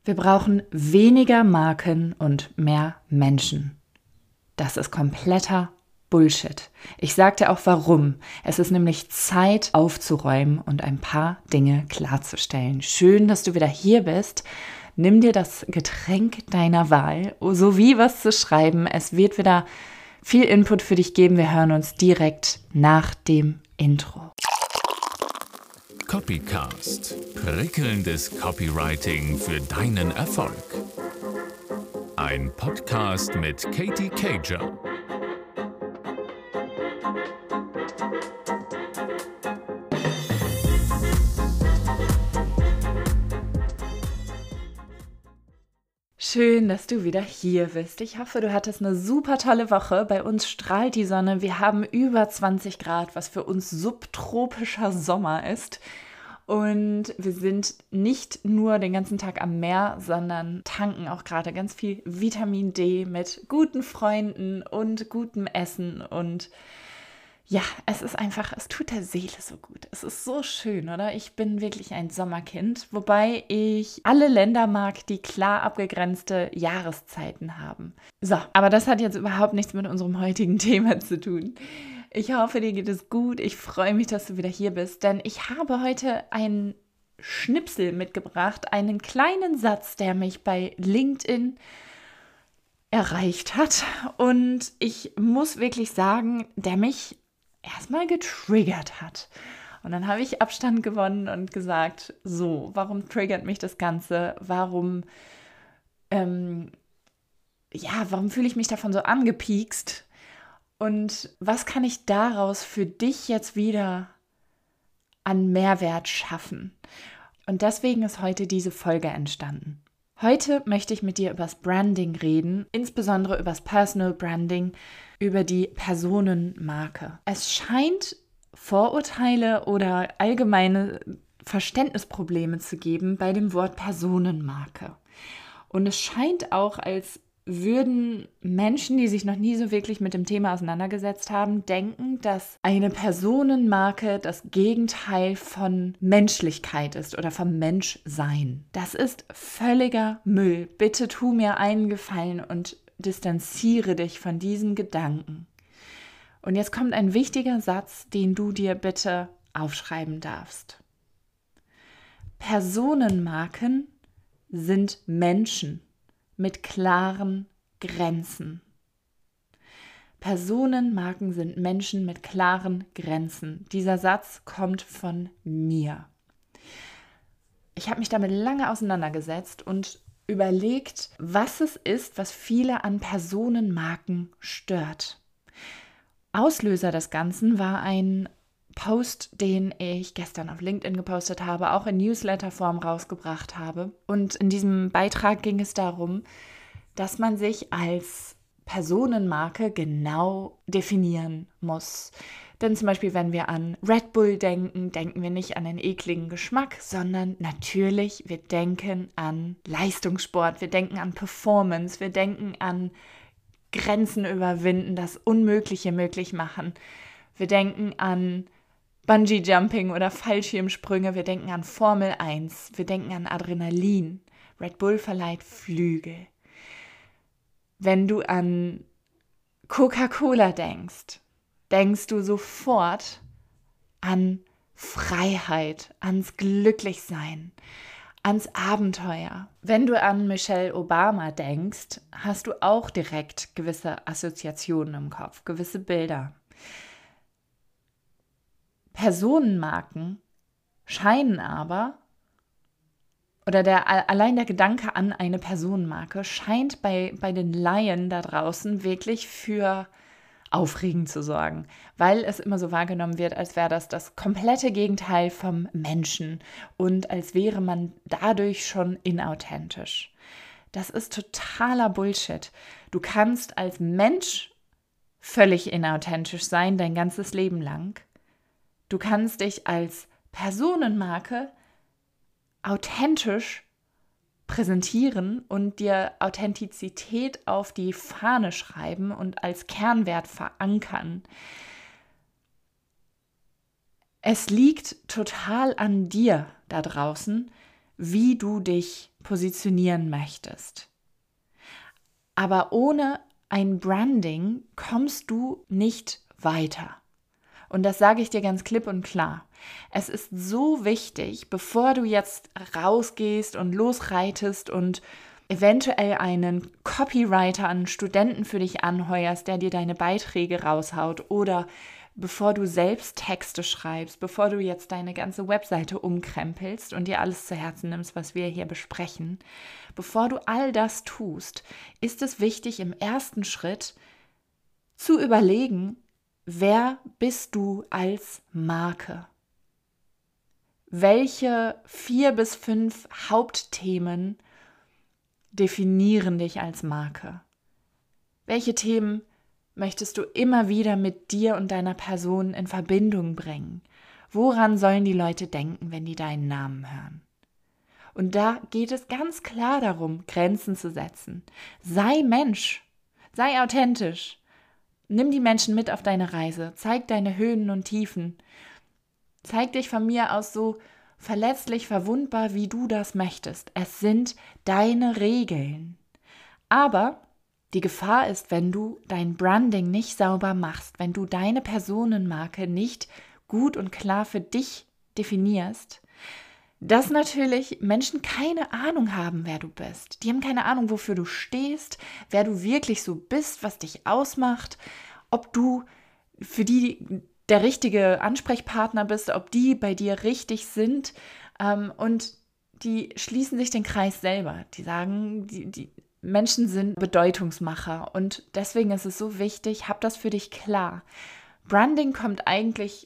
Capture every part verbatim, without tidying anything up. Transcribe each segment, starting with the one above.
Wir brauchen weniger Marken und mehr Menschen. Das ist kompletter Bullshit. Ich sagte auch warum. Es ist nämlich Zeit aufzuräumen und ein paar Dinge klarzustellen. Schön, dass du wieder hier bist. Nimm dir das Getränk deiner Wahl, sowie was zu schreiben. Es wird wieder viel Input für dich geben. Wir hören uns direkt nach dem Intro. Copycast. Prickelndes Copywriting für deinen Erfolg. Ein Podcast mit Katie Cager. Schön, dass du wieder hier bist. Ich hoffe, du hattest eine super tolle Woche. Bei uns strahlt die Sonne. Wir haben über zwanzig Grad, was für uns subtropischer Sommer ist. Und wir sind nicht nur den ganzen Tag am Meer, sondern tanken auch gerade ganz viel Vitamin D mit guten Freunden und gutem Essen. Und ja, es ist einfach, es tut der Seele so gut. Es ist so schön, oder? Ich bin wirklich ein Sommerkind, wobei ich alle Länder mag, die klar abgegrenzte Jahreszeiten haben. So, aber das hat jetzt überhaupt nichts mit unserem heutigen Thema zu tun. Ich hoffe, dir geht es gut. Ich freue mich, dass du wieder hier bist, denn ich habe heute einen Schnipsel mitgebracht, einen kleinen Satz, der mich bei LinkedIn erreicht hat. Und ich muss wirklich sagen, der mich erstmal getriggert hat. Und dann habe ich Abstand gewonnen und gesagt, so, warum triggert mich das Ganze? Warum, ähm, ja, warum fühle ich mich davon so angepiekst? Und was kann ich daraus für dich jetzt wieder an Mehrwert schaffen? Und deswegen ist heute diese Folge entstanden. Heute möchte ich mit dir über das Branding reden, insbesondere über das Personal Branding, über die Personenmarke. Es scheint Vorurteile oder allgemeine Verständnisprobleme zu geben bei dem Wort Personenmarke. Und es scheint auch, als würden Menschen, die sich noch nie so wirklich mit dem Thema auseinandergesetzt haben, denken, dass eine Personenmarke das Gegenteil von Menschlichkeit ist oder vom Menschsein. Das ist völliger Müll. Bitte tu mir einen Gefallen und distanziere dich von diesem Gedanken. Und jetzt kommt ein wichtiger Satz, den du dir bitte aufschreiben darfst. Personenmarken sind Menschen mit klaren Grenzen. Personenmarken sind Menschen mit klaren Grenzen. Dieser Satz kommt von mir. Ich habe mich damit lange auseinandergesetzt und überlegt, was es ist, was viele an Personenmarken stört. Auslöser des Ganzen war ein Post, den ich gestern auf LinkedIn gepostet habe, auch in Newsletterform rausgebracht habe. Und in diesem Beitrag ging es darum, dass man sich als Personenmarke genau definieren muss. Denn zum Beispiel, wenn wir an Red Bull denken, denken wir nicht an einen ekligen Geschmack, sondern natürlich, wir denken an Leistungssport, wir denken an Performance, wir denken an Grenzen überwinden, das Unmögliche möglich machen. Wir denken an Bungee-Jumping oder Fallschirmsprünge, wir denken an Formel eins, wir denken an Adrenalin. Red Bull verleiht Flügel. Wenn du an Coca-Cola denkst, denkst du sofort an Freiheit, ans Glücklichsein, ans Abenteuer. Wenn du an Michelle Obama denkst, hast du auch direkt gewisse Assoziationen im Kopf, gewisse Bilder. Personenmarken scheinen aber, oder der, allein der Gedanke an eine Personenmarke scheint bei, bei den Laien da draußen wirklich für Aufregen zu sorgen, weil es immer so wahrgenommen wird, als wäre das das komplette Gegenteil vom Menschen und als wäre man dadurch schon inauthentisch. Das ist totaler Bullshit. Du kannst als Mensch völlig inauthentisch sein, dein ganzes Leben lang. Du kannst dich als Personenmarke authentisch präsentieren und dir Authentizität auf die Fahne schreiben und als Kernwert verankern. Es liegt total an dir da draußen, wie du dich positionieren möchtest. Aber ohne ein Branding kommst du nicht weiter. Und das sage ich dir ganz klipp und klar. Es ist so wichtig, bevor du jetzt rausgehst und losreitest und eventuell einen Copywriter, einen Studenten für dich anheuerst, der dir deine Beiträge raushaut, oder bevor du selbst Texte schreibst, bevor du jetzt deine ganze Webseite umkrempelst und dir alles zu Herzen nimmst, was wir hier besprechen, bevor du all das tust, ist es wichtig, im ersten Schritt zu überlegen, wer bist du als Marke? Welche vier bis fünf Hauptthemen definieren dich als Marke? Welche Themen möchtest du immer wieder mit dir und deiner Person in Verbindung bringen? Woran sollen die Leute denken, wenn die deinen Namen hören? Und da geht es ganz klar darum, Grenzen zu setzen. Sei Mensch, sei authentisch. Nimm die Menschen mit auf deine Reise, zeig deine Höhen und Tiefen. Zeig dich von mir aus so verletzlich, verwundbar, wie du das möchtest. Es sind deine Regeln. Aber die Gefahr ist, wenn du dein Branding nicht sauber machst, wenn du deine Personenmarke nicht gut und klar für dich definierst, dass natürlich Menschen keine Ahnung haben, wer du bist. Die haben keine Ahnung, wofür du stehst, wer du wirklich so bist, was dich ausmacht, ob du für die der richtige Ansprechpartner bist, ob die bei dir richtig sind. Und die schließen sich den Kreis selber. Die sagen, die, die Menschen sind Bedeutungsmacher und deswegen ist es so wichtig, hab das für dich klar. Branding kommt eigentlich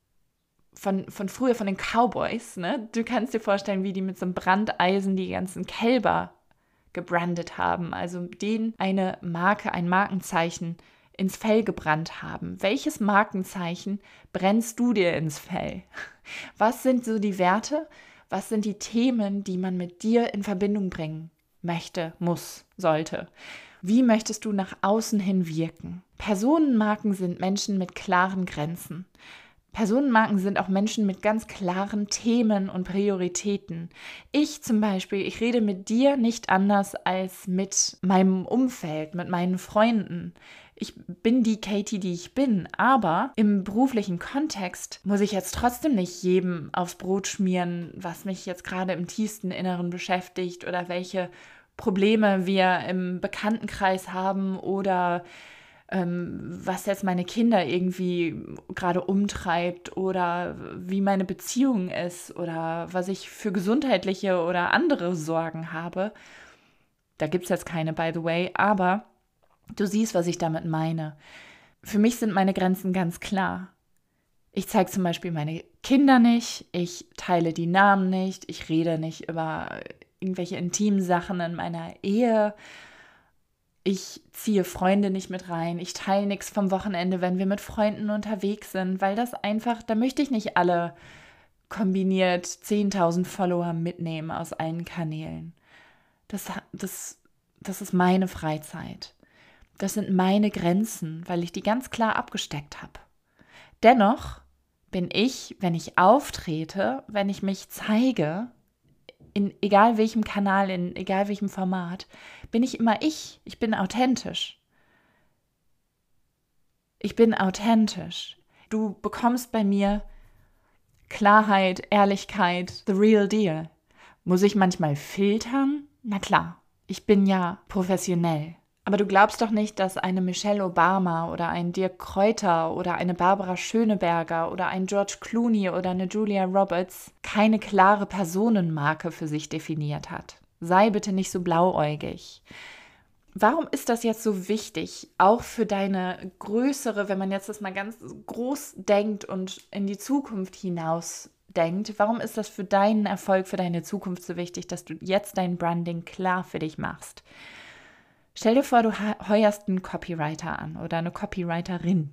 von, von früher, von den Cowboys, ne? Du kannst dir vorstellen, wie die mit so einem Brandeisen die ganzen Kälber gebrandet haben, also denen eine Marke, ein Markenzeichen ins Fell gebrannt haben. Welches Markenzeichen brennst du dir ins Fell? Was sind so die Werte? Was sind die Themen, die man mit dir in Verbindung bringen möchte, muss, sollte? Wie möchtest du nach außen hin wirken? Personenmarken sind Menschen mit klaren Grenzen. Personenmarken sind auch Menschen mit ganz klaren Themen und Prioritäten. Ich zum Beispiel, ich rede mit dir nicht anders als mit meinem Umfeld, mit meinen Freunden. Ich bin die Katie, die ich bin, aber im beruflichen Kontext muss ich jetzt trotzdem nicht jedem aufs Brot schmieren, was mich jetzt gerade im tiefsten Inneren beschäftigt oder welche Probleme wir im Bekanntenkreis haben oder ähm, was jetzt meine Kinder irgendwie gerade umtreibt oder wie meine Beziehung ist oder was ich für gesundheitliche oder andere Sorgen habe. Da gibt es jetzt keine, by the way, aber du siehst, was ich damit meine. Für mich sind meine Grenzen ganz klar. Ich zeige zum Beispiel meine Kinder nicht, ich teile die Namen nicht, ich rede nicht über irgendwelche intimen Sachen in meiner Ehe. Ich ziehe Freunde nicht mit rein, ich teile nichts vom Wochenende, wenn wir mit Freunden unterwegs sind, weil das einfach, da möchte ich nicht alle kombiniert zehntausend Follower mitnehmen aus allen Kanälen. Das, das, das ist meine Freizeit. Das sind meine Grenzen, weil ich die ganz klar abgesteckt habe. Dennoch bin ich, wenn ich auftrete, wenn ich mich zeige, in egal welchem Kanal, in egal welchem Format, bin ich immer ich. Ich bin authentisch. Ich bin authentisch. Du bekommst bei mir Klarheit, Ehrlichkeit, the real deal. Muss ich manchmal filtern? Na klar, ich bin ja professionell. Aber du glaubst doch nicht, dass eine Michelle Obama oder ein Dirk Kräuter oder eine Barbara Schöneberger oder ein George Clooney oder eine Julia Roberts keine klare Personenmarke für sich definiert hat. Sei bitte nicht so blauäugig. Warum ist das jetzt so wichtig, auch für deine größere, wenn man jetzt das mal ganz groß denkt und in die Zukunft hinaus denkt, warum ist das für deinen Erfolg, für deine Zukunft so wichtig, dass du jetzt dein Branding klar für dich machst? Stell dir vor, du heuerst einen Copywriter an oder eine Copywriterin.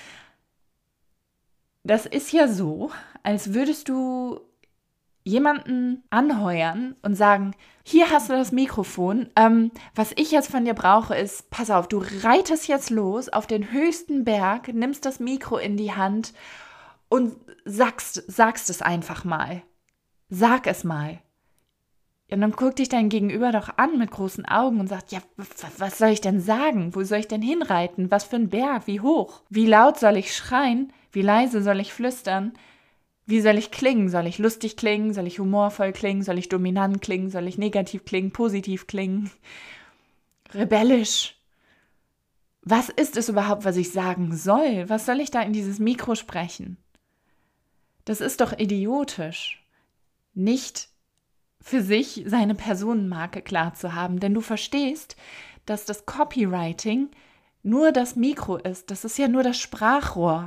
Das ist ja so, als würdest du jemanden anheuern und sagen, hier hast du das Mikrofon, ähm, was ich jetzt von dir brauche ist, pass auf, du reitest jetzt los auf den höchsten Berg, nimmst das Mikro in die Hand und sagst, sagst es einfach mal. Sag es mal. Ja, dann guckt dich dein Gegenüber doch an mit großen Augen und sagt, ja, was soll ich denn sagen? Wo soll ich denn hinreiten? Was für ein Berg? Wie hoch? Wie laut soll ich schreien? Wie leise soll ich flüstern? Wie soll ich klingen? Soll ich lustig klingen? Soll ich humorvoll klingen? Soll ich dominant klingen? Soll ich negativ klingen? Positiv klingen? Rebellisch? Was ist es überhaupt, was ich sagen soll? Was soll ich da in dieses Mikro sprechen? Das ist doch idiotisch, nicht für sich seine Personenmarke klar zu haben, denn du verstehst, dass das Copywriting nur das Mikro ist, das ist ja nur das Sprachrohr.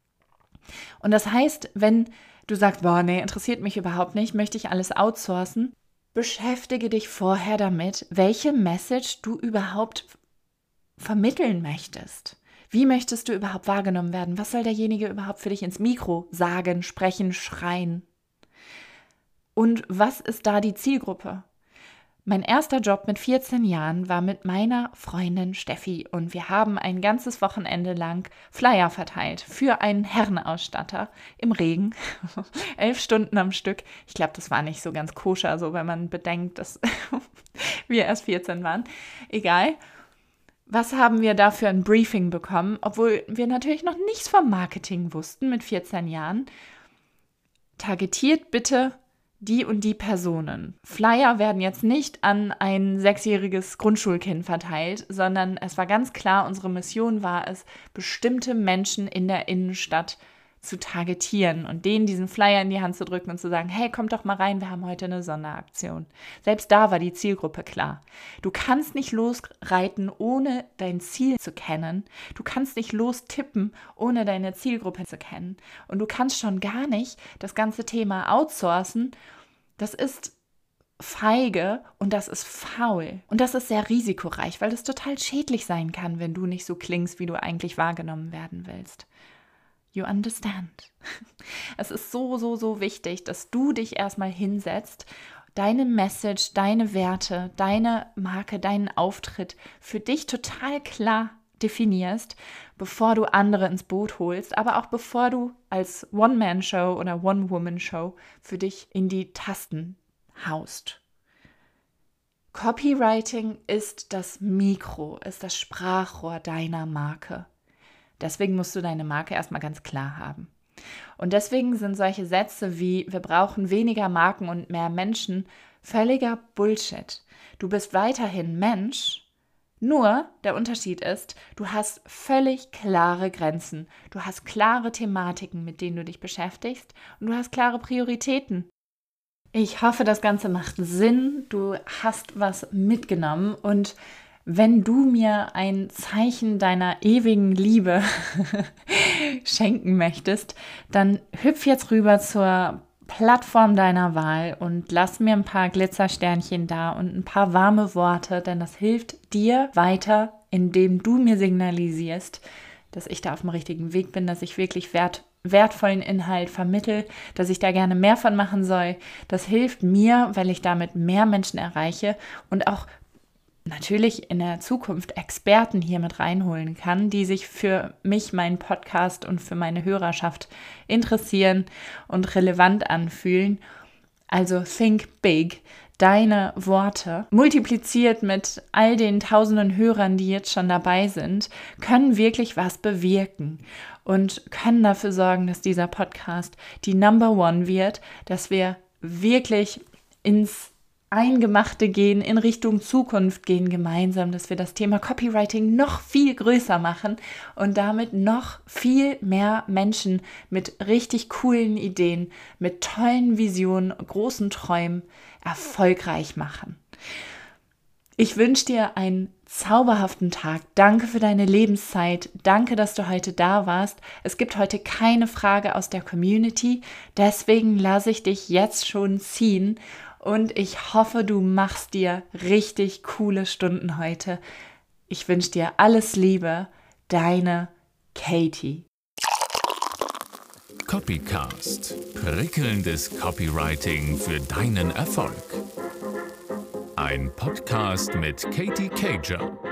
Und das heißt, wenn du sagst, boah, nee, interessiert mich überhaupt nicht, möchte ich alles outsourcen, beschäftige dich vorher damit, welche Message du überhaupt vermitteln möchtest. Wie möchtest du überhaupt wahrgenommen werden? Was soll derjenige überhaupt für dich ins Mikro sagen, sprechen, schreien? Und was ist da die Zielgruppe? Mein erster Job mit vierzehn Jahren war mit meiner Freundin Steffi und wir haben ein ganzes Wochenende lang Flyer verteilt für einen Herrenausstatter im Regen, elf Stunden am Stück. Ich glaube, das war nicht so ganz koscher, so wenn man bedenkt, dass wir erst vierzehn waren. Egal. Was haben wir da für ein Briefing bekommen, obwohl wir natürlich noch nichts vom Marketing wussten mit vierzehn Jahren? Targetiert bitte die und die Personen. Flyer werden jetzt nicht an ein sechsjähriges Grundschulkind verteilt, sondern es war ganz klar, unsere Mission war es, bestimmte Menschen in der Innenstadt zu targetieren und denen diesen Flyer in die Hand zu drücken und zu sagen, hey, kommt doch mal rein, wir haben heute eine Sonderaktion. Selbst da war die Zielgruppe klar. Du kannst nicht losreiten, ohne dein Ziel zu kennen. Du kannst nicht lostippen, ohne deine Zielgruppe zu kennen. Und du kannst schon gar nicht das ganze Thema outsourcen. Das ist feige und das ist faul. Und das ist sehr risikoreich, weil das total schädlich sein kann, wenn du nicht so klingst, wie du eigentlich wahrgenommen werden willst. You understand. Es ist so, so, so wichtig, dass du dich erstmal hinsetzt, deine Message, deine Werte, deine Marke, deinen Auftritt für dich total klar definierst, bevor du andere ins Boot holst, aber auch bevor du als One-Man-Show oder One-Woman-Show für dich in die Tasten haust. Copywriting ist das Mikro, ist das Sprachrohr deiner Marke. Deswegen musst du deine Marke erstmal ganz klar haben. Und deswegen sind solche Sätze wie, wir brauchen weniger Marken und mehr Menschen, völliger Bullshit. Du bist weiterhin Mensch, nur der Unterschied ist, du hast völlig klare Grenzen. Du hast klare Thematiken, mit denen du dich beschäftigst und du hast klare Prioritäten. Ich hoffe, das Ganze macht Sinn. Du hast was mitgenommen und wenn du mir ein Zeichen deiner ewigen Liebe schenken möchtest, dann hüpf jetzt rüber zur Plattform deiner Wahl und lass mir ein paar Glitzersternchen da und ein paar warme Worte, denn das hilft dir weiter, indem du mir signalisierst, dass ich da auf dem richtigen Weg bin, dass ich wirklich wert, wertvollen Inhalt vermittle, dass ich da gerne mehr von machen soll. Das hilft mir, weil ich damit mehr Menschen erreiche und auch natürlich in der Zukunft Experten hier mit reinholen kann, die sich für mich, meinen Podcast und für meine Hörerschaft interessieren und relevant anfühlen. Also think big. Deine Worte, multipliziert mit all den tausenden Hörern, die jetzt schon dabei sind, können wirklich was bewirken und können dafür sorgen, dass dieser Podcast die Number One wird, dass wir wirklich ins Eingemachte gehen, in Richtung Zukunft gehen gemeinsam, dass wir das Thema Copywriting noch viel größer machen und damit noch viel mehr Menschen mit richtig coolen Ideen, mit tollen Visionen, großen Träumen erfolgreich machen. Ich wünsche dir einen zauberhaften Tag. Danke für deine Lebenszeit. Danke, dass du heute da warst. Es gibt heute keine Frage aus der Community, deswegen lasse ich dich jetzt schon ziehen. Und ich hoffe, du machst dir richtig coole Stunden heute. Ich wünsche dir alles Liebe, deine Katie. Copycast. Prickelndes Copywriting für deinen Erfolg. Ein Podcast mit Katie Cager.